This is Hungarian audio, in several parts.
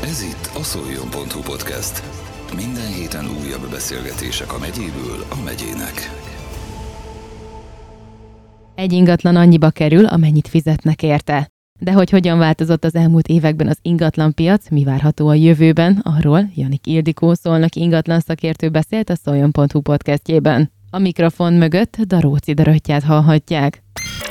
Ez itt a Szoljon.hu podcast. Minden héten újabb beszélgetések a megyéből a megyének. Egy ingatlan annyiba kerül, amennyit fizetnek érte. De hogy hogyan változott az elmúlt években az ingatlanpiac, mi várható a jövőben, arról Janik Ildikó szolnoki ingatlan szakértő beszélt a Szoljon.hu podcastjében. A mikrofon mögött Daróci Döröttyát hallhatják.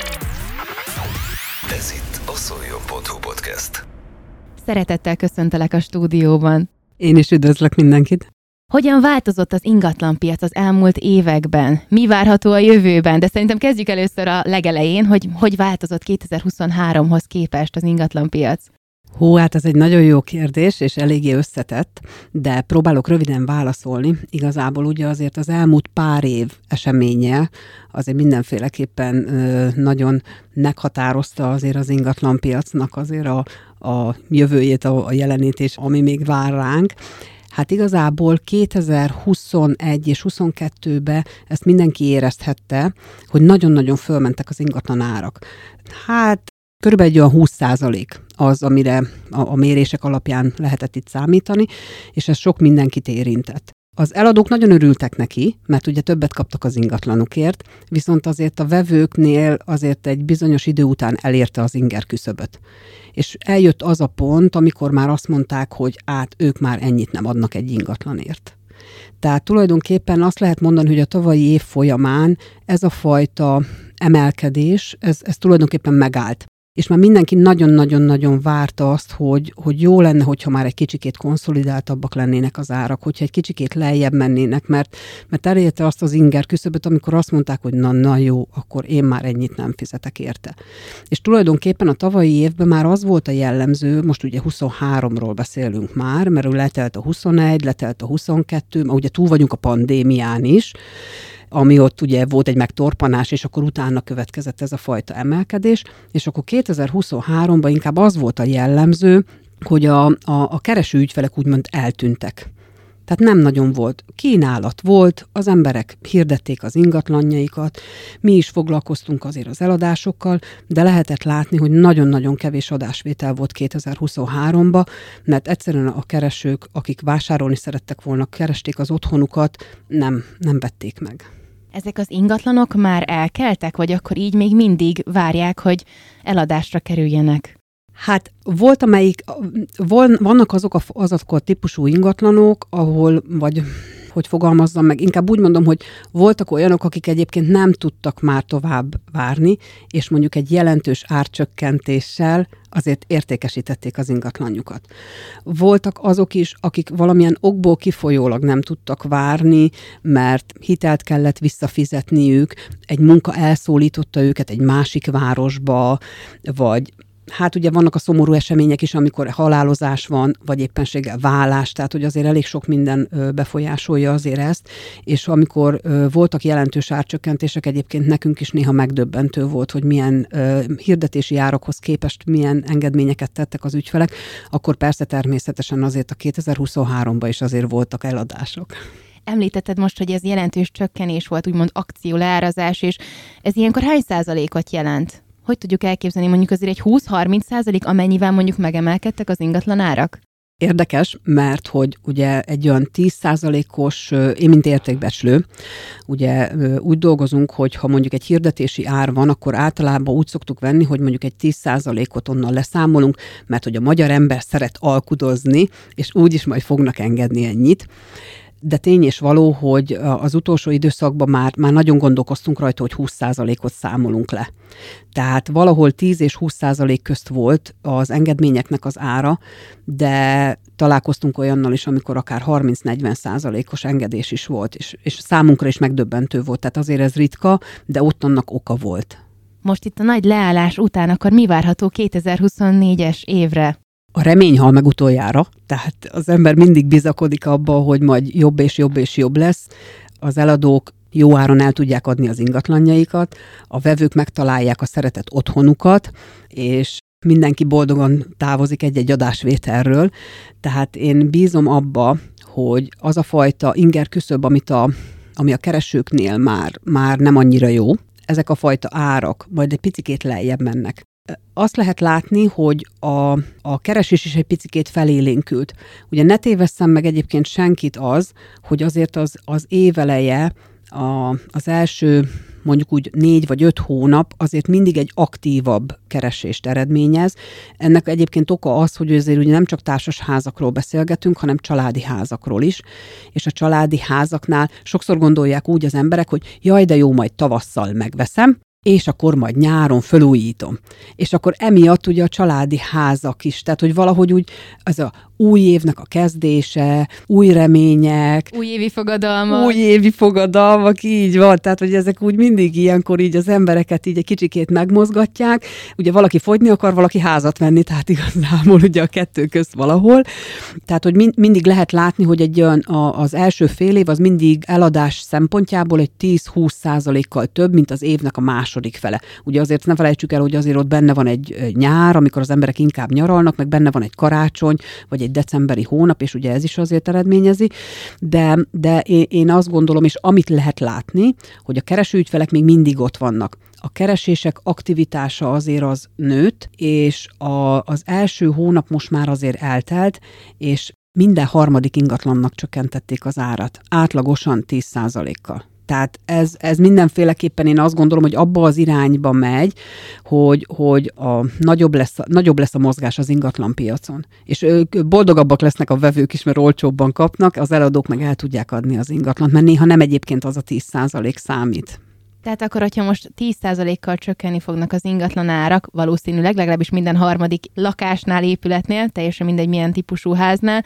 Ez itt a Szoljon.hu podcast. Szeretettel köszöntelek a stúdióban. Én is üdvözlök mindenkit. Hogyan változott az ingatlanpiac az elmúlt években? Mi várható a jövőben? De szerintem kezdjük először a legelején, hogy változott 2023-hoz képest az ingatlanpiac. Hát ez egy nagyon jó kérdés, és eléggé összetett, de próbálok röviden válaszolni. Igazából ugye azért az elmúlt pár év eseménye azért mindenféleképpen nagyon meghatározta azért az ingatlanpiacnak azért a jövőjét, a jelenítést, ami még vár ránk. Hát igazából 2021 és 2022-ben ezt mindenki érezhette, hogy nagyon-nagyon fölmentek az ingatlan árak. Hát körülbelül egy olyan 20% az, amire a mérések alapján lehetett itt számítani, és ez sok mindenkit érintett. Az eladók nagyon örültek neki, mert ugye többet kaptak az ingatlanukért, viszont azért a vevőknél azért egy bizonyos idő után elérte az inger küszöböt. És eljött az a pont, amikor már azt mondták, hogy ők már ennyit nem adnak egy ingatlanért. Tehát tulajdonképpen azt lehet mondani, hogy a tavalyi év folyamán ez a fajta emelkedés, ez tulajdonképpen megállt. És már mindenki nagyon-nagyon-nagyon várta azt, hogy jó lenne, hogyha már egy kicsikét konszolidáltabbak lennének az árak, hogyha egy kicsikét lejjebb mennének, mert elérte azt az inger küszöböt, amikor azt mondták, hogy na jó, akkor én már ennyit nem fizetek érte. És tulajdonképpen a tavalyi évben már az volt a jellemző, most ugye 23-ról beszélünk már, mert letelt a 21, letelt a 22, ugye túl vagyunk a pandémián is, ami ott ugye volt egy megtorpanás, és akkor utána következett ez a fajta emelkedés, és akkor 2023-ban inkább az volt a jellemző, hogy a kereső ügyfelek úgymond eltűntek. Tehát nem nagyon volt. Kínálat volt, az emberek hirdették az ingatlanjaikat, mi is foglalkoztunk azért az eladásokkal, de lehetett látni, hogy nagyon-nagyon kevés adásvétel volt 2023-ban, mert egyszerűen a keresők, akik vásárolni szerettek volna, keresték az otthonukat, nem vették meg. Ezek az ingatlanok már elkeltek, vagy akkor így még mindig várják, hogy eladásra kerüljenek? Hát vannak azok a típusú ingatlanok, ahol, vagy hogy fogalmazzam meg, inkább úgy mondom, hogy voltak olyanok, akik egyébként nem tudtak már tovább várni, és mondjuk egy jelentős árcsökkentéssel azért értékesítették az ingatlanjukat. Voltak azok is, akik valamilyen okból kifolyólag nem tudtak várni, mert hitelt kellett visszafizetniük, egy munka elszólította őket egy másik városba, vagy hát ugye vannak a szomorú események is, amikor halálozás van, vagy éppenséggel válás, tehát hogy azért elég sok minden befolyásolja azért ezt, és amikor voltak jelentős árcsökkentések, egyébként nekünk is néha megdöbbentő volt, hogy milyen hirdetési árakhoz képest milyen engedményeket tettek az ügyfelek, akkor persze természetesen azért a 2023-ban is azért voltak eladások. Említetted most, hogy ez jelentős csökkenés volt, úgymond akcióleárazás, és ez ilyenkor hány százalékot jelent? Hogy tudjuk elképzelni mondjuk azért egy 20-30%, amennyivel mondjuk megemelkedtek az ingatlanárak? Érdekes, mert hogy ugye egy olyan 10%-os, én mint értékbecslő, ugye úgy dolgozunk, hogy ha mondjuk egy hirdetési ár van, akkor általában úgy szoktuk venni, hogy mondjuk egy 10%-ot onnan leszámolunk, mert hogy a magyar ember szeret alkudozni, és úgyis majd fognak engedni ennyit. De tény és való, hogy az utolsó időszakban már nagyon gondolkoztunk rajta, hogy 20%-ot számolunk le. Tehát valahol 10 és 20% közt volt az engedményeknek az ára, de találkoztunk olyannal is, amikor akár 30-40%-os engedés is volt, és számunkra is megdöbbentő volt. Tehát azért ez ritka, de ott annak oka volt. Most itt a nagy leállás után akkor mi várható 2024-es évre? A remény hal meg utoljára, tehát az ember mindig bizakodik abba, hogy majd jobb és jobb és jobb lesz. Az eladók jó áron el tudják adni az ingatlanjaikat, a vevők megtalálják a szeretett otthonukat, és mindenki boldogan távozik egy-egy adásvételről. Tehát én bízom abba, hogy az a fajta inger küszöb, ami a keresőknél már nem annyira jó, ezek a fajta árak majd egy picikét lejjebb mennek. azt lehet látni, hogy a keresés is egy picikét felélénkült. Ugye ne tévesszem meg egyébként senkit az, hogy azért az éveleje, az első mondjuk úgy 4 vagy 5 hónap azért mindig egy aktívabb keresést eredményez. Ennek egyébként oka az, hogy azért ugye nem csak társasházakról beszélgetünk, hanem családi házakról is, és a családi házaknál sokszor gondolják úgy az emberek, hogy jaj, de jó, majd tavasszal megveszem, és akkor majd nyáron fölújítom. És akkor emiatt ugye a családi házak is, tehát hogy valahogy úgy az a új évnek a kezdése, új remények. Újévi fogadalmak, így van. Tehát, hogy ezek úgy mindig ilyenkor így az embereket így egy kicsikét megmozgatják. Ugye valaki fogyni akar, valaki házat venni, tehát igazából ugye a kettő közt valahol. Tehát, hogy mindig lehet látni, hogy egy olyan, az első fél év az mindig eladás szempontjából egy 10-20%-kal több, mint az évnek a második fele. Ugye azért ne felejtsük el, hogy azért ott benne van egy nyár, amikor az emberek inkább nyaralnak, meg benne van egy karácsony, vagy egy decemberi hónap, és ugye ez is azért eredményezi, de én azt gondolom, és amit lehet látni, hogy a keresőügyfelek még mindig ott vannak. A keresések aktivitása azért az nőtt, és az első hónap most már azért eltelt, és minden harmadik ingatlannak csökkentették az árat. Átlagosan 10%-kal. Tehát ez mindenféleképpen én azt gondolom, hogy abba az irányba megy, hogy nagyobb lesz a mozgás az ingatlanpiacon. És ők boldogabbak lesznek a vevők is, mert olcsóbban kapnak, az eladók meg el tudják adni az ingatlant, mert néha nem egyébként az a 10% számít. Tehát akkor, hogyha most 10%-kal csökkenni fognak az ingatlan árak, valószínűleg legalábbis minden harmadik lakásnál, épületnél, teljesen mindegy milyen típusú háznál,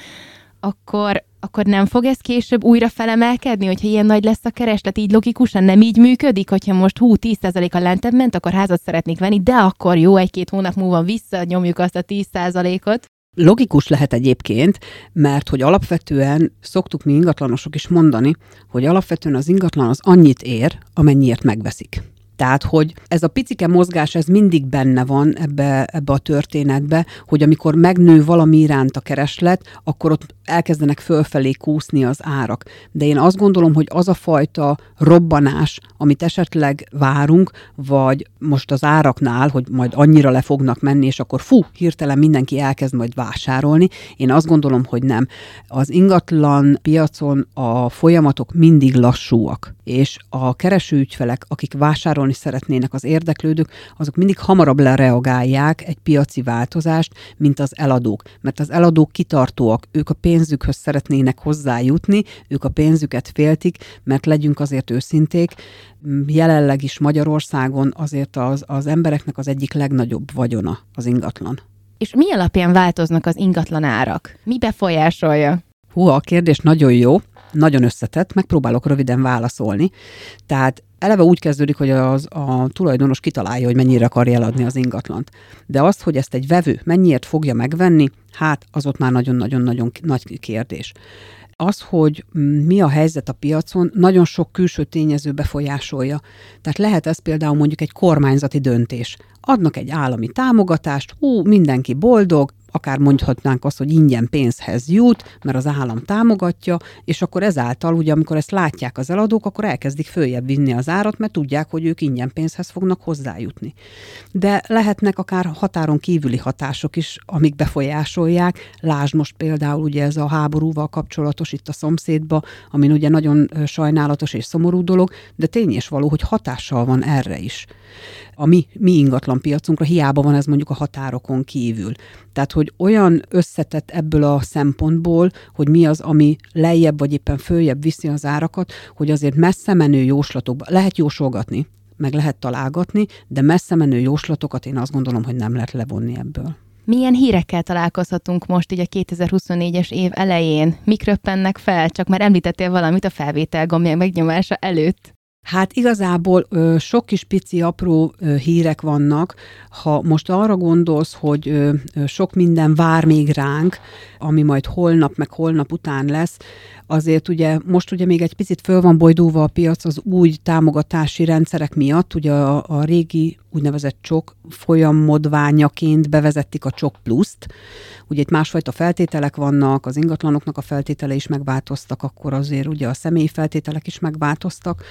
akkor nem fog ez később újra felemelkedni, hogyha ilyen nagy lesz a kereslet, így logikusan nem így működik, hogyha most 10%-kal lentebb ment, akkor házat szeretnék venni, de akkor jó, 1-2 hónap múlva visszanyomjuk azt a 10%-ot. Logikus lehet egyébként, mert hogy alapvetően szoktuk mi ingatlanosok is mondani, hogy alapvetően az ingatlan az annyit ér, amennyiért megveszik. Tehát, hogy ez a picike mozgás, ez mindig benne van ebbe a történetbe, hogy amikor megnő valami iránt a kereslet, akkor ott elkezdenek fölfelé kúszni az árak. De én azt gondolom, hogy az a fajta robbanás, amit esetleg várunk, vagy most az áraknál, hogy majd annyira le fognak menni, és akkor hirtelen mindenki elkezd majd vásárolni, én azt gondolom, hogy nem. Az ingatlan piacon a folyamatok mindig lassúak, és a keresőügyfelek, akik vásárolni szeretnének, az érdeklődők, azok mindig hamarabb lereagálják egy piaci változást, mint az eladók. Mert az eladók kitartóak, ők a pénzükhöz szeretnének hozzájutni, ők a pénzüket féltik, mert legyünk azért őszinték, jelenleg is Magyarországon azért az embereknek az egyik legnagyobb vagyona az ingatlan. És mi alapján változnak az ingatlan árak? Mi befolyásolja? A kérdés nagyon jó, nagyon összetett, megpróbálok röviden válaszolni. Tehát eleve úgy kezdődik, hogy a tulajdonos kitalálja, hogy mennyire akarja eladni az ingatlant. De azt, hogy ezt egy vevő mennyiért fogja megvenni, az ott már nagyon-nagyon-nagyon nagy kérdés. Az, hogy mi a helyzet a piacon, nagyon sok külső tényező befolyásolja. Tehát lehet ez például mondjuk egy kormányzati döntés. Adnak egy állami támogatást, mindenki boldog, akár mondhatnánk azt, hogy ingyen pénzhez jut, mert az állam támogatja, és akkor ezáltal, ugye amikor ezt látják az eladók, akkor elkezdik följebb vinni az árat, mert tudják, hogy ők ingyen pénzhez fognak hozzájutni. De lehetnek akár határon kívüli hatások is, amik befolyásolják. Lásd most például ugye ez a háborúval kapcsolatos itt a szomszédba, amin ugye nagyon sajnálatos és szomorú dolog, de tény és való, hogy hatással van erre is. A mi ingatlanpiacunkra hiába van ez mondjuk a határokon kívül. Tehát, hogy olyan összetett ebből a szempontból, hogy mi az, ami lejjebb vagy éppen följebb viszi az árakat, hogy azért messze menő jóslatokba lehet jósolgatni, meg lehet találgatni, de messze menő jóslatokat én azt gondolom, hogy nem lehet levonni ebből. Milyen hírekkel találkozhatunk most így a 2024-es év elején? Mik röppennek fel? Csak már említettél valamit a felvétel gombja megnyomása előtt. Hát igazából sok kis pici apró hírek vannak. Ha most arra gondolsz, hogy sok minden vár még ránk, ami majd holnap, meg holnap után lesz, azért ugye most ugye még egy picit föl van bojdulva a piac az új támogatási rendszerek miatt, ugye a régi úgynevezett csok folyammodványaként bevezették a csok pluszt. Ugye itt másfajta feltételek vannak, az ingatlanoknak a feltétele is megváltoztak, akkor azért ugye a személyi feltételek is megváltoztak, hogy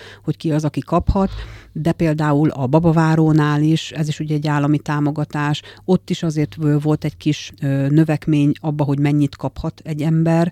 ki az, aki kaphat, de például a Babavárónál is, ez is ugye egy állami támogatás, ott is azért volt egy kis növekmény abba, hogy mennyit kaphat egy ember,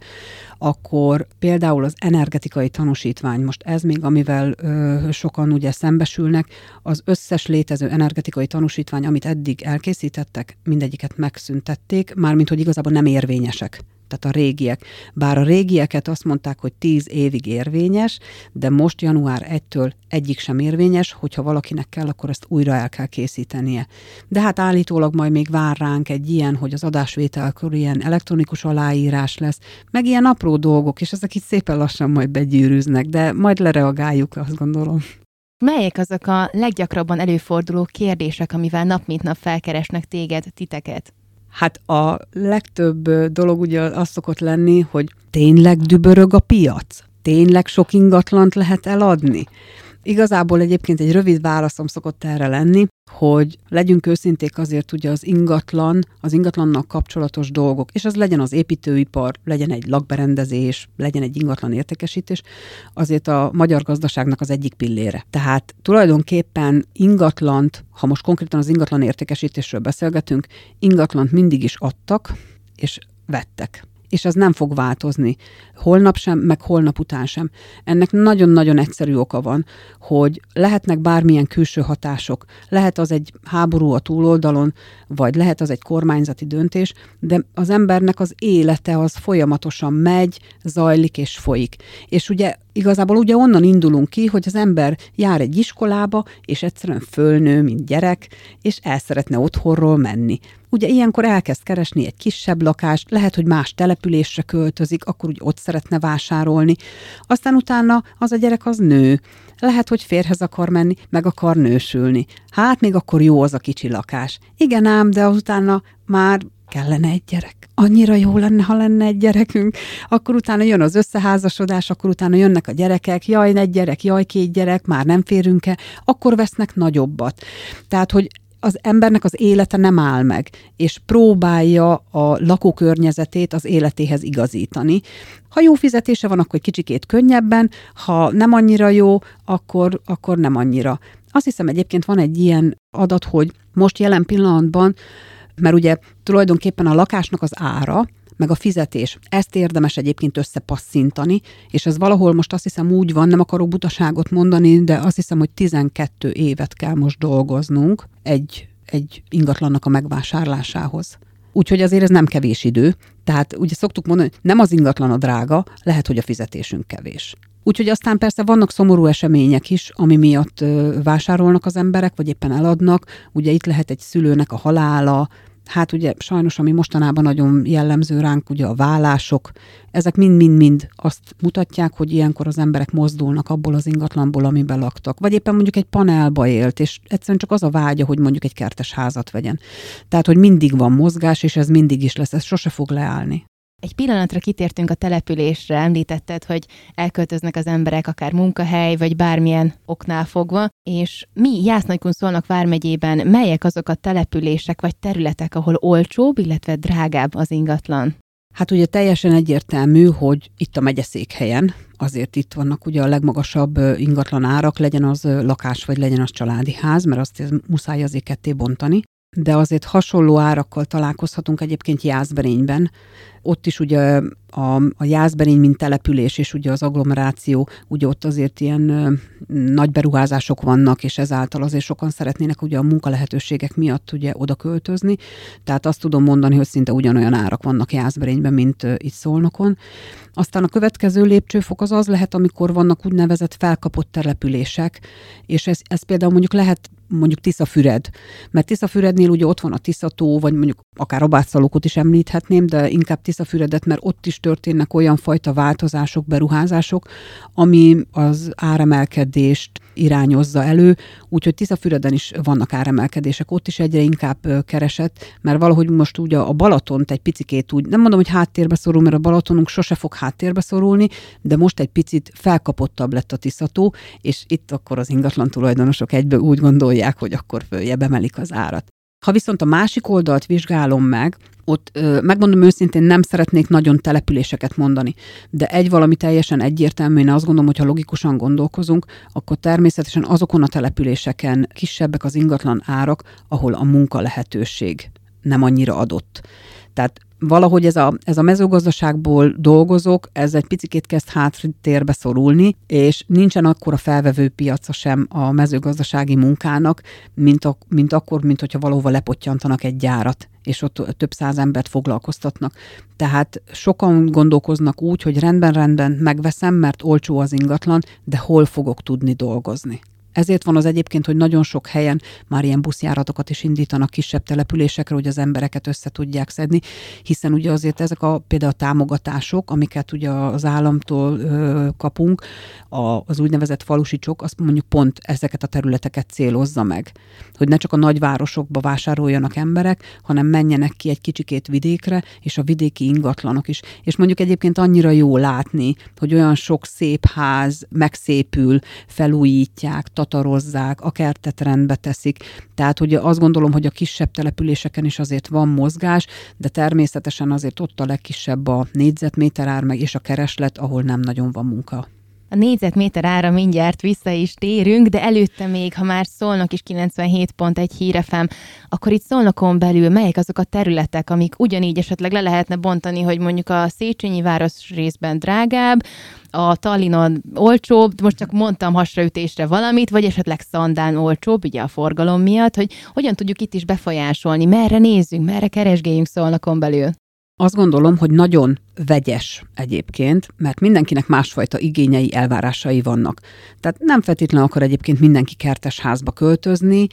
akkor például az energetikai tanúsítvány, most ez még, amivel sokan ugye szembesülnek, az összes létező energetikai tanúsítvány, amit eddig elkészítettek, mindegyiket megszüntették, mármint hogy igazából nem érvényesek. Tehát a régiek. Bár a régieket azt mondták, hogy 10 évig érvényes, de most január 1-től egyik sem érvényes, hogyha valakinek kell, akkor ezt újra el kell készítenie. De hát állítólag majd még vár ránk egy ilyen, hogy az adásvételkor ilyen elektronikus aláírás lesz, meg ilyen apró dolgok, és ezek itt szépen lassan majd begyűrűznek, de majd lereagáljuk, azt gondolom. Melyek azok a leggyakrabban előforduló kérdések, amivel nap mint nap felkeresnek titeket? Hát a legtöbb dolog ugye az szokott lenni, hogy tényleg dübörög a piac? Tényleg sok ingatlant lehet eladni? Igazából egyébként egy rövid válaszom szokott erre lenni, hogy legyünk őszinték, azért ugye az ingatlannal kapcsolatos dolgok, és az legyen az építőipar, legyen egy lakberendezés, legyen egy ingatlan értékesítés, azért a magyar gazdaságnak az egyik pillére. Tehát tulajdonképpen ingatlant, ha most konkrétan az ingatlan értékesítésről beszélgetünk, ingatlant mindig is adtak és vettek. És ez nem fog változni. Holnap sem, meg holnap után sem. Ennek nagyon-nagyon egyszerű oka van, hogy lehetnek bármilyen külső hatások. Lehet az egy háború a túloldalon, vagy lehet az egy kormányzati döntés, de az embernek az élete az folyamatosan megy, zajlik és folyik. És ugye igazából ugye onnan indulunk ki, hogy az ember jár egy iskolába, és egyszerűen fölnő, mint gyerek, és el szeretne otthonról menni. Ugye ilyenkor elkezd keresni egy kisebb lakást, lehet, hogy más településre költözik, akkor úgy ott szeretne vásárolni. Aztán utána az a gyerek az nő. Lehet, hogy férjhez akar menni, meg akar nősülni. Hát még akkor jó az a kicsi lakás. Igen ám, de utána már kellene egy gyerek. Annyira jó lenne, ha lenne egy gyerekünk. Akkor utána jön az összeházasodás, akkor utána jönnek a gyerekek, jaj, egy gyerek, jaj, 2 gyerek, már nem férünk-e, akkor vesznek nagyobbat. Tehát, hogy az embernek az élete nem áll meg, és próbálja a lakókörnyezetét az életéhez igazítani. Ha jó fizetése van, akkor egy kicsikét könnyebben, ha nem annyira jó, akkor nem annyira. Azt hiszem egyébként van egy ilyen adat, hogy most jelen pillanatban, mert ugye tulajdonképpen a lakásnak az ára, meg a fizetés, ezt érdemes egyébként összepasszintani, és ez valahol most azt hiszem úgy van, nem akarok butaságot mondani, de azt hiszem, hogy 12 évet kell most dolgoznunk egy ingatlannak a megvásárlásához. Úgyhogy azért ez nem kevés idő. Tehát ugye szoktuk mondani, hogy nem az ingatlan a drága, lehet, hogy a fizetésünk kevés. Úgyhogy aztán persze vannak szomorú események is, ami miatt vásárolnak az emberek, vagy éppen eladnak. Ugye itt lehet egy szülőnek a halála, hát ugye sajnos, ami mostanában nagyon jellemző ránk, ugye a vállások, ezek mind-mind-mind azt mutatják, hogy ilyenkor az emberek mozdulnak abból az ingatlanból, amiben laktak. Vagy éppen mondjuk egy panelba élt, és egyszerűen csak az a vágya, hogy mondjuk egy kertes házat vegyen. Tehát, hogy mindig van mozgás, és ez mindig is lesz, ez sose fog leállni. Egy pillanatra kitértünk a településre, említetted, hogy elköltöznek az emberek akár munkahely, vagy bármilyen oknál fogva, és mi Jász-Nagykun-Szolnok vármegyében melyek azok a települések vagy területek, ahol olcsóbb, illetve drágább az ingatlan? Hát ugye teljesen egyértelmű, hogy itt a megyeszékhelyen, azért itt vannak ugye a legmagasabb ingatlan árak, legyen az lakás, vagy legyen az családi ház, mert azt muszáj azért ketté bontani. De azért hasonló árakkal találkozhatunk egyébként Jászberényben. Ott is ugye a Jászberény, mint település, és ugye az agglomeráció, ugye ott azért ilyen nagy beruházások vannak, és ezáltal azért sokan szeretnének ugye a munkalehetőségek miatt ugye oda költözni. Tehát azt tudom mondani, hogy szinte ugyanolyan árak vannak Jászberényben, mint itt Szolnokon. Aztán a következő lépcsőfok az lehet, amikor vannak úgynevezett felkapott települések, és ez például mondjuk lehet mondjuk Tiszafüred, mert Tiszafürednél ugye ott van a Tiszató, vagy mondjuk akár Abátszalókot is említhetném, de inkább Tiszafüredet, mert ott is történnek olyan fajta változások, beruházások, ami az áremelkedést irányozza elő, úgyhogy Tiszafüreden is vannak áremelkedések, ott is egyre inkább keresett, mert valahogy most ugye a Balatont egy picikét úgy, nem mondom, hogy háttérbe szorul, mert a Balatonunk sose fog háttérbe szorulni, de most egy picit felkapottabb lett a Tiszató, és itt akkor az ingatlan tulajdonosok egyből úgy gondolják, hogy akkor följebb emelik az árat. Ha viszont a másik oldalt vizsgálom meg, Ott megmondom őszintén, nem szeretnék nagyon településeket mondani, de egy valami teljesen egyértelmű, én azt gondolom, hogy ha logikusan gondolkozunk, akkor természetesen azokon a településeken kisebbek az ingatlan árak, ahol a munka lehetőség nem annyira adott. Tehát valahogy ez a mezőgazdaságból dolgozók, ez egy picikét kezd háttérbe szorulni, és nincsen akkora felvevő piaca sem a mezőgazdasági munkának, mint hogyha valahova lepottyantanak egy gyárat, és ott több száz embert foglalkoztatnak. Tehát sokan gondolkoznak úgy, hogy rendben, megveszem, mert olcsó az ingatlan, de hol fogok tudni dolgozni. Ezért van az egyébként, hogy nagyon sok helyen már ilyen buszjáratokat is indítanak kisebb településekre, hogy az embereket össze tudják szedni, hiszen ugye azért ezek például a támogatások, amiket ugye az államtól kapunk, az úgynevezett falusicsok, azt mondjuk pont ezeket a területeket célozza meg. Hogy ne csak a nagyvárosokba vásároljanak emberek, hanem menjenek ki egy kicsikét vidékre, és a vidéki ingatlanok is. És mondjuk egyébként annyira jó látni, hogy olyan sok szép ház megszépül, felújítják, tatarozzák, a kertet rendbe teszik. Tehát ugye azt gondolom, hogy a kisebb településeken is azért van mozgás, de természetesen azért ott a legkisebb a négyzetméter ár meg és a kereslet, ahol nem nagyon van munka. A négyzetméter ára mindjárt vissza is térünk, de előtte még, ha már Szolnok is 97.1 Hír FM, akkor itt Szolnokon belül melyek azok a területek, amik ugyanígy esetleg le lehetne bontani, hogy mondjuk a Széchenyi városrészben drágább, a Tallinnon olcsóbb, most csak mondtam hasraütésre valamit, vagy esetleg Szandán olcsóbb, ugye a forgalom miatt, hogy hogyan tudjuk itt is befolyásolni, merre nézzünk, merre keresgéljünk Szolnokon belül. Azt gondolom, hogy nagyon vegyes egyébként, mert mindenkinek másfajta igényei, elvárásai vannak. Tehát nem feltétlenül akar egyébként mindenki kertes házba költözni,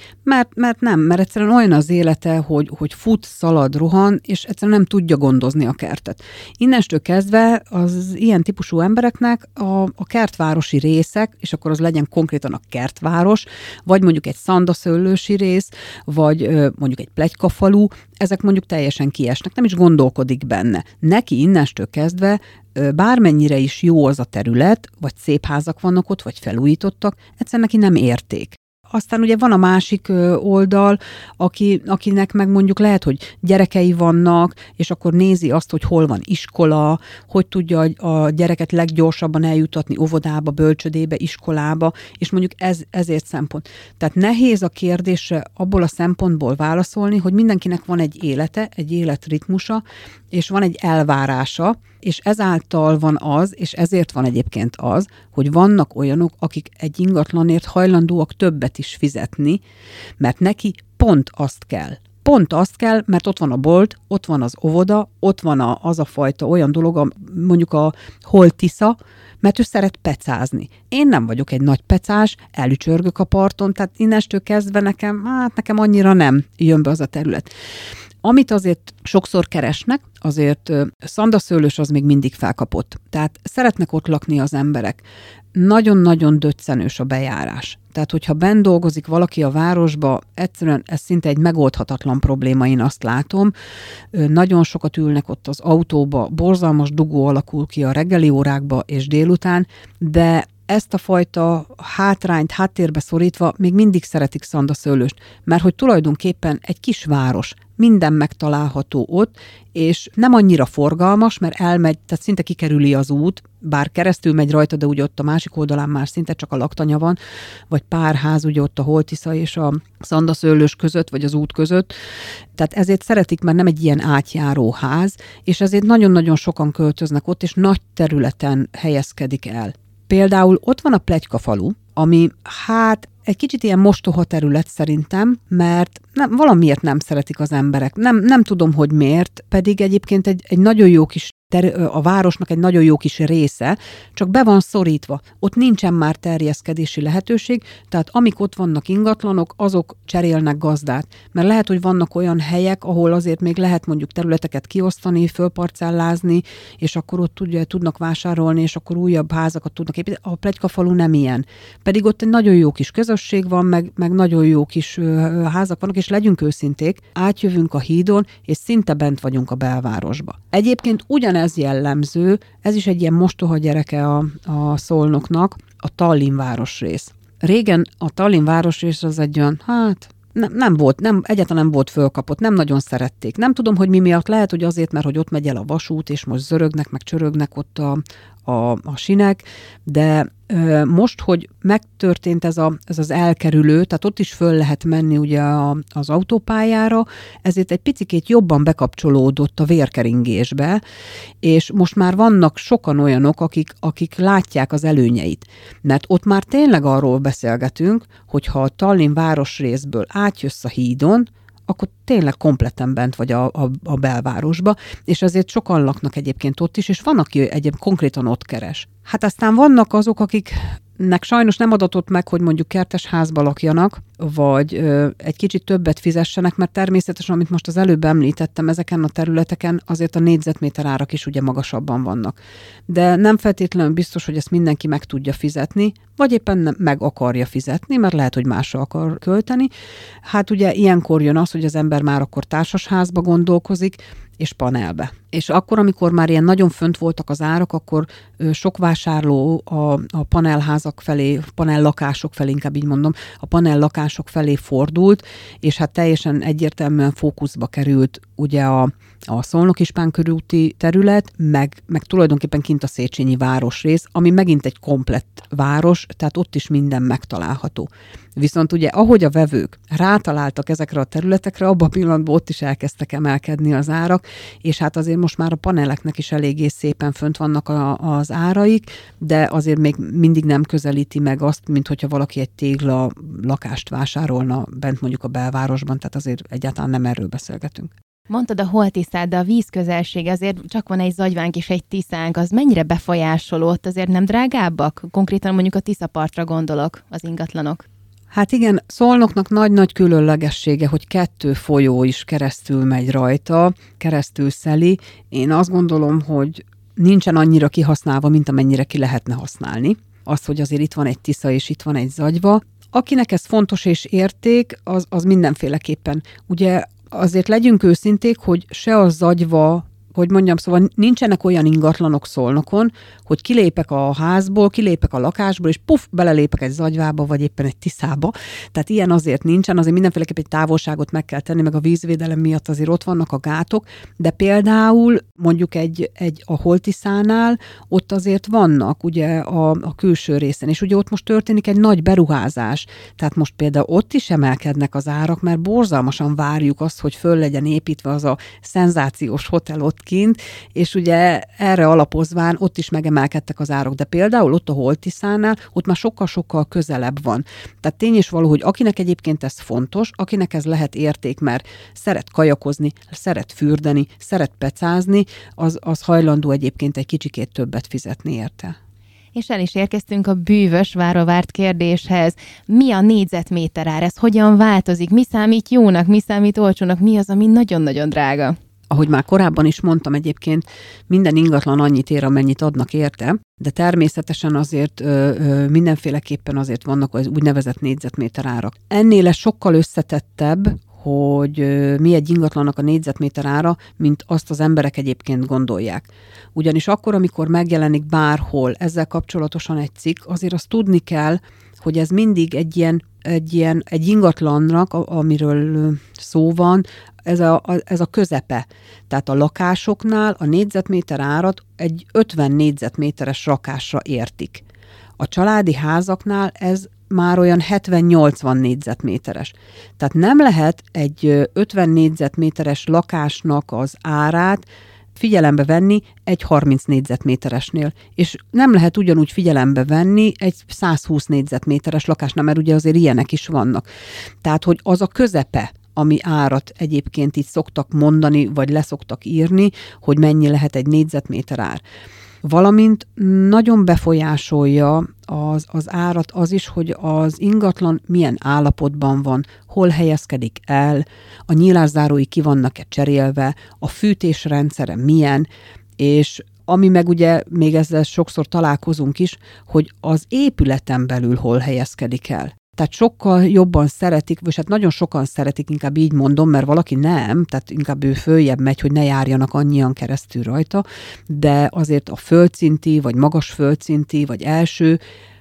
mert egyszerűen olyan az élete, hogy fut, szalad, rohan, és egyszerűen nem tudja gondozni a kertet. Innentől kezdve az ilyen típusú embereknek a kertvárosi részek, és akkor az legyen konkrétan a kertváros, vagy mondjuk egy szandaszőlősi rész, vagy mondjuk egy pletykafalu, ezek mondjuk teljesen kiesnek, nem is gondolkodik benne. Neki innentől kezdve bármennyire is jó az a terület, vagy szép házak vannak ott, vagy felújítottak, egyszerűen neki nem érték. Aztán ugye van a másik oldal, akinek meg mondjuk lehet, hogy gyerekei vannak, és akkor nézi azt, hogy hol van iskola, hogy tudja a gyereket leggyorsabban eljutatni óvodába, bölcsödébe, iskolába, és mondjuk ezért szempont. Tehát nehéz a kérdésre abból a szempontból válaszolni, hogy mindenkinek van egy élete, egy életritmusa, és van egy elvárása, és ezáltal van az, és ezért van egyébként az, hogy vannak olyanok, akik egy ingatlanért hajlandóak többet is fizetni, mert neki pont azt kell. Pont azt kell, mert ott van a bolt, ott van az óvoda, ott van az a fajta olyan dolog, mondjuk a holtisza, mert ő szeret pecázni. Én nem vagyok egy nagy pecás, elücsörgök a parton, tehát innentől kezdve nekem annyira nem jön be az a terület. Amit azért sokszor keresnek, azért szandaszőlős az még mindig felkapott. Tehát szeretnek ott lakni az emberek. Nagyon-nagyon döccenős a bejárás. Tehát, hogyha benn dolgozik valaki a városba, egyszerűen ez szinte egy megoldhatatlan probléma, én azt látom. Nagyon sokat ülnek ott az autóba, borzalmas dugó alakul ki a reggeli órákba és délután, de ezt a fajta hátrányt háttérbe szorítva még mindig szeretik szandaszőlőst, mert hogy tulajdonképpen egy kis város, minden megtalálható ott, és nem annyira forgalmas, mert elmegy, tehát szinte kikerüli az út, bár keresztül megy rajta, de ugye ott a másik oldalán már szinte csak a laktanya van, vagy pár ház ugye ott a Holtisza és a szandaszőlős között, vagy az út között. Tehát ezért szeretik, mert nem egy ilyen átjáró ház, és ezért nagyon-nagyon sokan költöznek ott, és nagy területen helyezkedik el. Például ott van a Pletykafalu, ami egy kicsit ilyen mostoha terület szerintem, mert valamiért nem szeretik az emberek. Nem tudom, hogy miért, pedig egyébként egy nagyon jó kis a városnak egy nagyon jó kis része, csak be van szorítva. Ott nincsen már terjeszkedési lehetőség, tehát amik ott vannak ingatlanok, azok cserélnek gazdát. Mert lehet, hogy vannak olyan helyek, ahol azért még lehet mondjuk területeket kiosztani, fölparcellázni, és akkor ott tudnak vásárolni, és akkor újabb házakat tudnak építeni. A Pletykafalu nem ilyen. Pedig ott egy nagyon jó kis közösség van, meg nagyon jó kis házak vannak, és legyünk őszinték, átjövünk a hídon, és szinte bent vagyunk a belvárosba. Egyébként ugyanez jellemző, ez is egy ilyen mostoha gyereke a Szolnoknak, a Tallinn városrész. Régen a Tallinn városrész az egy olyan, egyáltalán nem volt fölkapott, nem nagyon szerették. Nem tudom, hogy mi miatt, lehet, hogy azért, mert hogy ott megy el a vasút, és most zörögnek, meg csörögnek ott a sinek, de most, hogy megtörtént ez az elkerülő, tehát ott is föl lehet menni ugye az autópályára, ezért egy picikét jobban bekapcsolódott a vérkeringésbe, és most már vannak sokan olyanok, akik látják az előnyeit. Mert ott már tényleg arról beszélgetünk, hogyha a Tallinn városrészből átjössz a hídon, akkor tényleg kompletten bent vagy a belvárosba, és azért sokan laknak egyébként ott is, és van, aki egyébként konkrétan ott keres. Hát aztán vannak azok, akiknek sajnos nem adatott meg, hogy mondjuk kertesházba lakjanak, vagy egy kicsit többet fizessenek, mert természetesen, amit most az előbb említettem, ezeken a területeken azért a négyzetméter árak is ugye magasabban vannak. De nem feltétlenül biztos, hogy ezt mindenki meg tudja fizetni, vagy éppen meg akarja fizetni, mert lehet, hogy másra akar költeni. Hát ugye ilyenkor jön az, hogy az ember már akkor társasházba gondolkozik, és panelbe. És akkor, amikor már ilyen nagyon fönt voltak az árak, akkor sok vásárló a panelházak felé, panellakások felé, inkább így mondom, a panellakások felé fordult, és hát teljesen egyértelműen fókuszba került ugye a Szolnok-Ispán körúti terület, meg tulajdonképpen kint a Széchenyi városrész, ami megint egy komplett város, tehát ott is minden megtalálható. Viszont ugye, ahogy a vevők rátaláltak ezekre a területekre, abban a pillanatban ott is elkezdtek emelkedni az árak, és hát azért most már a paneleknek is eléggé szépen fönt vannak az áraik, de azért még mindig nem közelíti meg azt, mint hogyha valaki egy tégla lakást vásárolna bent mondjuk a belvárosban, tehát azért egyáltalán nem erről beszélgetünk. Mondtad a holtiszát, de a vízközelség, azért csak van egy Zagyvánk és egy Tiszánk, az mennyire befolyásoló, ott azért nem drágábbak? Konkrétan mondjuk a Tiszapartra gondolok, az ingatlanok. Hát igen, Szolnoknak nagy-nagy különlegessége, hogy 2 folyó is keresztül megy rajta, keresztül szeli. Én azt gondolom, hogy nincsen annyira kihasználva, mint amennyire ki lehetne használni. Az, hogy azért itt van egy Tisza és itt van egy Zagyva. Akinek ez fontos és érték, az mindenféleképpen. Ugye azért legyünk őszinték, hogy se a Zagyva, hogy mondjam, szóval nincsenek olyan ingatlanok Szolnokon, hogy kilépek a házból, kilépek a lakásból, és belelépek egy Zagyvába, vagy éppen egy Tiszába. Tehát ilyen azért nincsen, azért mindenféleképp egy távolságot meg kell tenni, meg a vízvédelem miatt azért ott vannak a gátok, de például mondjuk a Holtiszánál ott azért vannak ugye a külső részen, és ugye ott most történik egy nagy beruházás. Tehát most például ott is emelkednek az árak, mert borzalmasan várjuk azt, hogy föl legyen építve az a szenzációs hotel ott kint, és ugye erre alapozván ott is megemelkedtek az árak, de például ott a Holtiszánál ott már sokkal-sokkal közelebb van. Tehát tény is való, hogy akinek egyébként ez fontos, akinek ez lehet érték, mert szeret kajakozni, szeret fürdeni, szeret pecázni, az hajlandó egyébként egy kicsikét többet fizetni érte. És el is érkeztünk a bűvös, várva várt kérdéshez. Mi a négyzetméter ár? Ez hogyan változik? Mi számít jónak? Mi számít olcsónak? Mi az, ami nagyon-nagyon drága? Ahogy már korábban is mondtam, egyébként minden ingatlan annyit ér, amennyit adnak érte, de természetesen azért mindenféleképpen azért vannak az úgynevezett négyzetméter árak. Ennél ez sokkal összetettebb, hogy mi egy ingatlannak a négyzetméter ára, mint azt az emberek egyébként gondolják. Ugyanis akkor, amikor megjelenik bárhol ezzel kapcsolatosan egy cikk, azért azt tudni kell, hogy ez mindig egy ingatlannak, amiről szó van, ez a közepe. Tehát a lakásoknál a négyzetméter árat egy 50 négyzetméteres lakásra értik. A családi házaknál ez már olyan 70-80 négyzetméteres. Tehát nem lehet egy 50 négyzetméteres lakásnak az árát figyelembe venni egy 30 négyzetméteresnél. És nem lehet ugyanúgy figyelembe venni egy 120 négyzetméteres lakásnál, mert ugye azért ilyenek is vannak. Tehát, hogy az a közepe, ami árat egyébként így szoktak mondani, vagy leszoktak írni, hogy mennyi lehet egy négyzetméter ár. Valamint nagyon befolyásolja az árat az is, hogy az ingatlan milyen állapotban van, hol helyezkedik el, a nyílászárói ki vannak-e cserélve, a fűtésrendszere milyen, és ami meg ugye még ezzel sokszor találkozunk is, hogy az épületen belül hol helyezkedik el. Tehát sokkal jobban szeretik, vagy hát nagyon sokan szeretik, inkább így mondom, mert valaki nem, tehát inkább ő följebb megy, hogy ne járjanak annyian keresztül rajta, de azért a földszinti, vagy magas földszinti, vagy első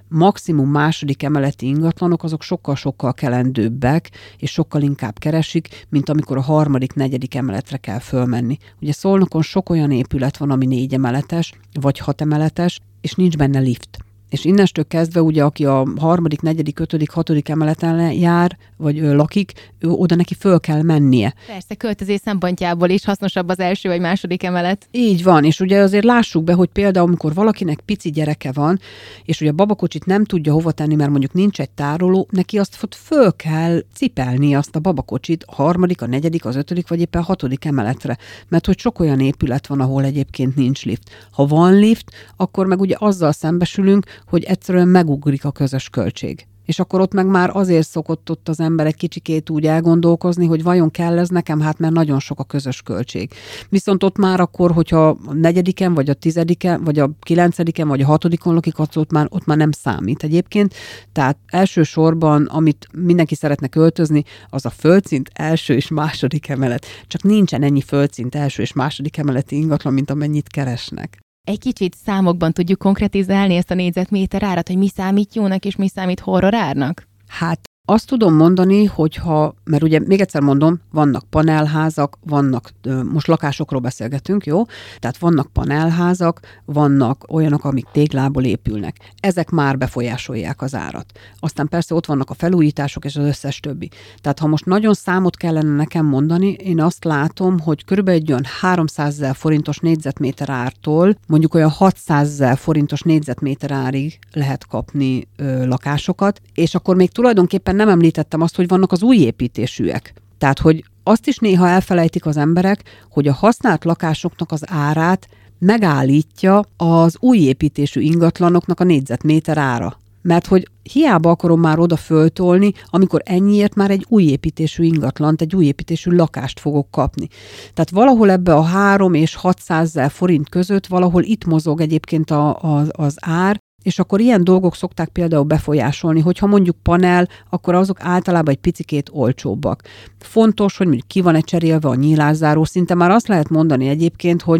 maximum második emeleti ingatlanok, azok sokkal-sokkal kelendőbbek, és sokkal inkább keresik, mint amikor a harmadik, negyedik emeletre kell fölmenni. Ugye Szolnokon sok olyan épület van, ami 4 emeletes, vagy 6 emeletes, és nincs benne lift. És innestől kezdve ugye, aki a harmadik, negyedik, ötödik, hatodik emeleten jár, vagy lakik, oda neki föl kell mennie. Persze, költözés szempontjából is hasznosabb az első vagy második emelet. Így van, és ugye azért lássuk be, hogy például, amikor valakinek pici gyereke van, és ugye a babakocsit nem tudja hova tenni, mert mondjuk nincs egy tároló, neki azt föl kell cipelni azt a babakocsit a harmadik, a negyedik, az ötödik, vagy éppen a hatodik emeletre. Mert hogy sok olyan épület van, ahol egyébként nincs lift. Ha van lift, akkor meg ugye azzal szembesülünk, hogy egyszerűen megugrik a közös költség. És akkor ott meg már azért szokott ott az ember egy kicsikét úgy elgondolkozni, hogy vajon kell ez nekem, hát mert nagyon sok a közös költség. Viszont ott már akkor, hogyha a negyediken, vagy a 10-en, vagy a 9-en, vagy a 6-on lakik, ott már nem számít egyébként. Tehát elsősorban, amit mindenki szeretne költözni, az a földszint első és második emelet. Csak nincsen ennyi földszint első és második emeleti ingatlan, mint amennyit keresnek. Egy kicsit számokban tudjuk konkretizálni ezt a négyzetméter árat, hogy mi számít jónak és mi számít horror árnak? Hát azt tudom mondani, mert ugye még egyszer mondom, vannak panelházak, vannak, most lakásokról beszélgetünk, jó? Tehát vannak panelházak, vannak olyanok, amik téglából épülnek. Ezek már befolyásolják az árat. Aztán persze ott vannak a felújítások és az összes többi. Tehát ha most nagyon számot kellene nekem mondani, én azt látom, hogy körülbelül egy olyan 300 000 forintos négyzetméter ártól mondjuk olyan 600 000 forintos négyzetméter árig lehet kapni lakásokat, és akkor még tulajdonképpen nem említettem azt, hogy vannak az új építésűek. Tehát, hogy azt is néha elfelejtik az emberek, hogy a használt lakásoknak az árát megállítja az új építésű ingatlanoknak a négyzetméter ára. Mert hogy hiába akarom már oda föltolni, amikor ennyiért már egy új építésű ingatlant, egy új építésű lakást fogok kapni. Tehát valahol ebbe a 3 és 600 000 forint között valahol itt mozog egyébként az ár, és akkor ilyen dolgok szokták például befolyásolni, hogyha mondjuk panel, akkor azok általában egy picikét olcsóbbak. Fontos, hogy mondjuk ki van cserélve a nyílászáró, szinte már azt lehet mondani egyébként, hogy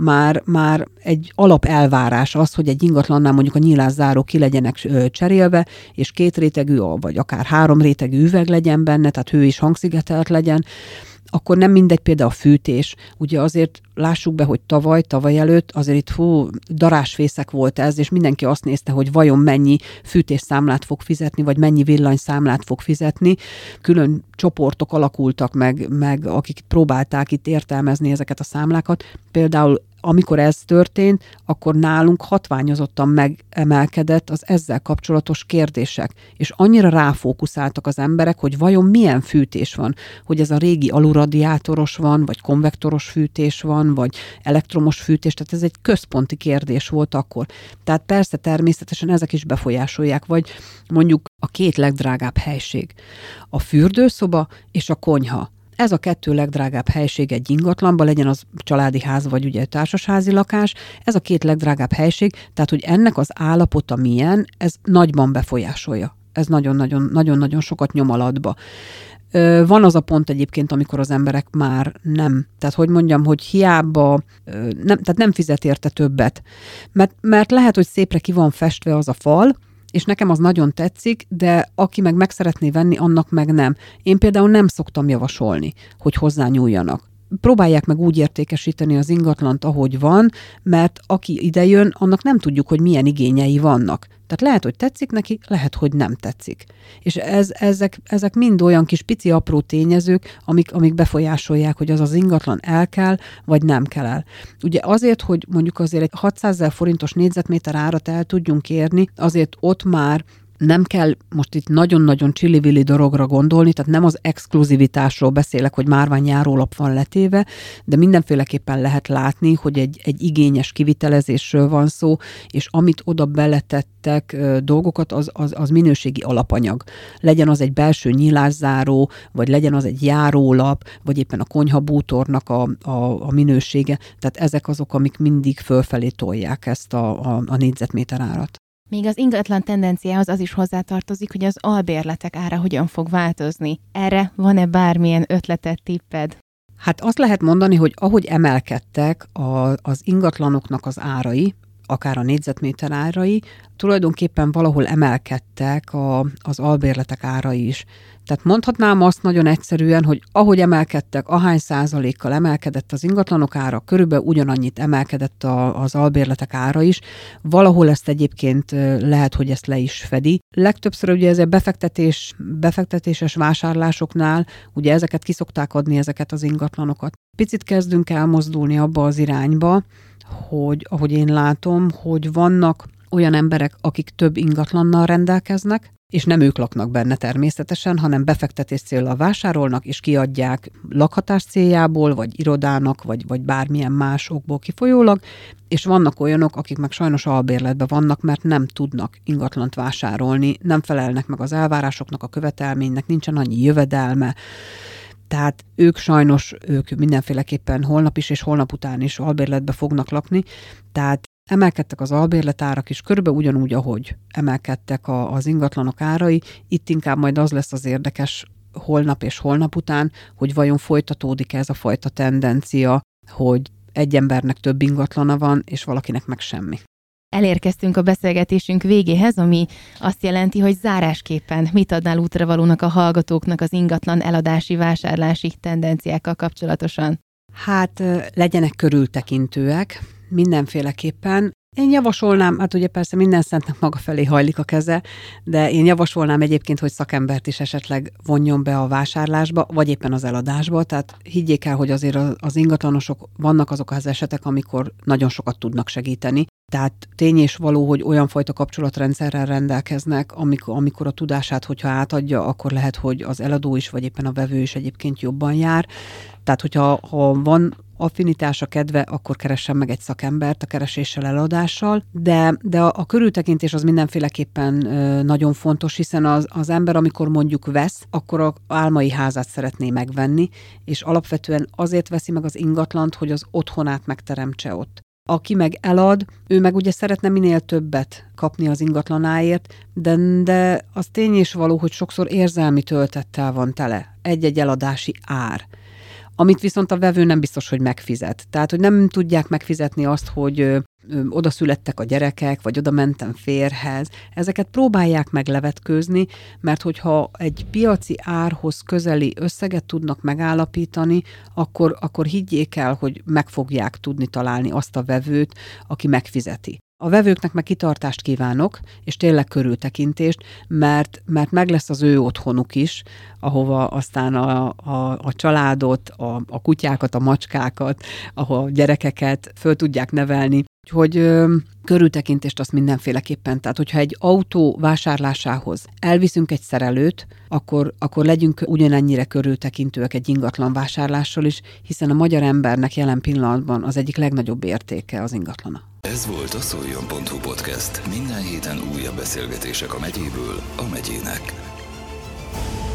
már egy alapelvárás az, hogy egy ingatlannál mondjuk a nyílászáró ki legyenek cserélve, és 2 rétegű, vagy akár 3 rétegű üveg legyen benne, tehát hő és hangszigetelt legyen. Akkor nem mindegy például a fűtés. Ugye azért lássuk be, hogy tavaly előtt azért itt darásfészek volt ez, és mindenki azt nézte, hogy vajon mennyi fűtésszámlát fog fizetni, vagy mennyi villanyszámlát fog fizetni. Külön csoportok alakultak meg akik próbálták itt értelmezni ezeket a számlákat. Például amikor ez történt, akkor nálunk hatványozottan megemelkedett az ezzel kapcsolatos kérdések, és annyira ráfókuszáltak az emberek, hogy vajon milyen fűtés van, hogy ez a régi alulradiátoros van, vagy konvektoros fűtés van, vagy elektromos fűtés, tehát ez egy központi kérdés volt akkor. Tehát persze természetesen ezek is befolyásolják, vagy mondjuk a 2 legdrágább helység. A fürdőszoba és a konyha. Ez a 2 legdrágább helység egy ingatlanban, legyen az családi ház, vagy ugye társasházi lakás, ez a 2 legdrágább helység, tehát hogy ennek az állapota milyen, ez nagyban befolyásolja. Ez nagyon-nagyon sokat nyom alatba. Van az a pont egyébként, amikor az emberek már nem, tehát hogy mondjam, hogy hiába, tehát nem fizet érte többet. Mert lehet, hogy szépre ki van festve az a fal, és nekem az nagyon tetszik, de aki meg szeretné venni, annak meg nem. Én például nem szoktam javasolni, hogy hozzányúljanak. Próbálják meg úgy értékesíteni az ingatlant, ahogy van, mert aki idejön, annak nem tudjuk, hogy milyen igényei vannak. Tehát lehet, hogy tetszik neki, lehet, hogy nem tetszik. És ezek mind olyan kis pici apró tényezők, amik befolyásolják, hogy az ingatlan el kell, vagy nem kell el. Ugye azért, hogy mondjuk azért egy 600 000 forintos négyzetméter árat el tudjunk érni, azért ott már nem kell most itt nagyon-nagyon csillivilli dologra gondolni, tehát nem az exkluzivitásról beszélek, hogy márvány-járólap van letéve, de mindenféleképpen lehet látni, hogy egy igényes kivitelezésről van szó, és amit oda beletettek dolgokat, az minőségi alapanyag. Legyen az egy belső nyílászáró, vagy legyen az egy járólap, vagy éppen a konyhabútornak a minősége. Tehát ezek azok, amik mindig fölfelé tolják ezt a négyzetméter árat. Még az ingatlan tendenciához az is hozzátartozik, hogy az albérletek ára hogyan fog változni. Erre van-e bármilyen ötleted, tipped? Hát azt lehet mondani, hogy ahogy emelkedtek az ingatlanoknak az árai, akár a négyzetméter árai, tulajdonképpen valahol emelkedtek az albérletek árai is. Tehát mondhatnám azt nagyon egyszerűen, hogy ahogy emelkedtek, ahány százalékkal emelkedett az ingatlanok ára, körülbelül ugyanannyit emelkedett az albérletek ára is. Valahol ezt egyébként lehet, hogy ezt le is fedi. Legtöbbször ugye ez a befektetéses vásárlásoknál, ugye ezeket ki szokták adni, ezeket az ingatlanokat. Picit kezdünk elmozdulni abba az irányba, hogy ahogy én látom, hogy vannak olyan emberek, akik több ingatlannal rendelkeznek, és nem ők laknak benne természetesen, hanem befektetés céllal vásárolnak, és kiadják lakhatás céljából, vagy irodának, vagy bármilyen más okból kifolyólag, és vannak olyanok, akik meg sajnos albérletben vannak, mert nem tudnak ingatlant vásárolni, nem felelnek meg az elvárásoknak, a követelménynek, nincsen annyi jövedelme. Tehát ők mindenféleképpen holnap is és holnap után is albérletbe fognak lakni, tehát emelkedtek az albérletárak is, körülbelül ugyanúgy, ahogy emelkedtek az ingatlanok árai. Itt inkább majd az lesz az érdekes holnap és holnap után, hogy vajon folytatódik ez a fajta tendencia, hogy egy embernek több ingatlana van, és valakinek meg semmi. Elérkeztünk a beszélgetésünk végéhez, ami azt jelenti, hogy zárásképpen mit adnál útravalónak a hallgatóknak az ingatlan eladási, vásárlási tendenciákkal kapcsolatosan? Hát legyenek körültekintőek, mindenféleképpen. Én javasolnám, hát ugye persze minden szentnek maga felé hajlik a keze, de én javasolnám egyébként, hogy szakembert is esetleg vonjon be a vásárlásba, vagy éppen az eladásba. Tehát higgyék el, hogy azért az ingatlanosok vannak azok az esetek, amikor nagyon sokat tudnak segíteni. Tehát tény és való, hogy olyan fajta kapcsolatrendszerrel rendelkeznek, amikor a tudását, hogyha átadja, akkor lehet, hogy az eladó is, vagy éppen a vevő is egyébként jobban jár. Tehát, hogyha van affinitása, kedve, akkor keressen meg egy szakembert a kereséssel, eladással, de a körültekintés az mindenféleképpen nagyon fontos, hiszen az ember, amikor mondjuk vesz, akkor az álmai házát szeretné megvenni, és alapvetően azért veszi meg az ingatlant, hogy az otthonát megteremtse ott. Aki meg elad, ő meg ugye szeretne minél többet kapni az ingatlanáért, de az tény és való, hogy sokszor érzelmi töltettel van tele egy-egy eladási ár, amit viszont a vevő nem biztos, hogy megfizet. Tehát, hogy nem tudják megfizetni azt, hogy oda születtek a gyerekek, vagy oda mentem férjhez. Ezeket próbálják meg levetkőzni, mert hogyha egy piaci árhoz közeli összeget tudnak megállapítani, akkor higgyék el, hogy meg fogják tudni találni azt a vevőt, aki megfizeti. A vevőknek meg kitartást kívánok, és tényleg körültekintést, mert meg lesz az ő otthonuk is, ahova aztán a családot, a kutyákat, a macskákat, ahol a gyerekeket föl tudják nevelni. Úgyhogy körültekintést azt mindenféleképpen. Tehát, hogyha egy autó vásárlásához elviszünk egy szerelőt, akkor legyünk ugyanennyire körültekintőek egy ingatlan vásárlással is, hiszen a magyar embernek jelen pillanatban az egyik legnagyobb értéke az ingatlana. Ez volt a Szoljon.hu podcast. Minden héten újabb beszélgetések a megyéből a megyének.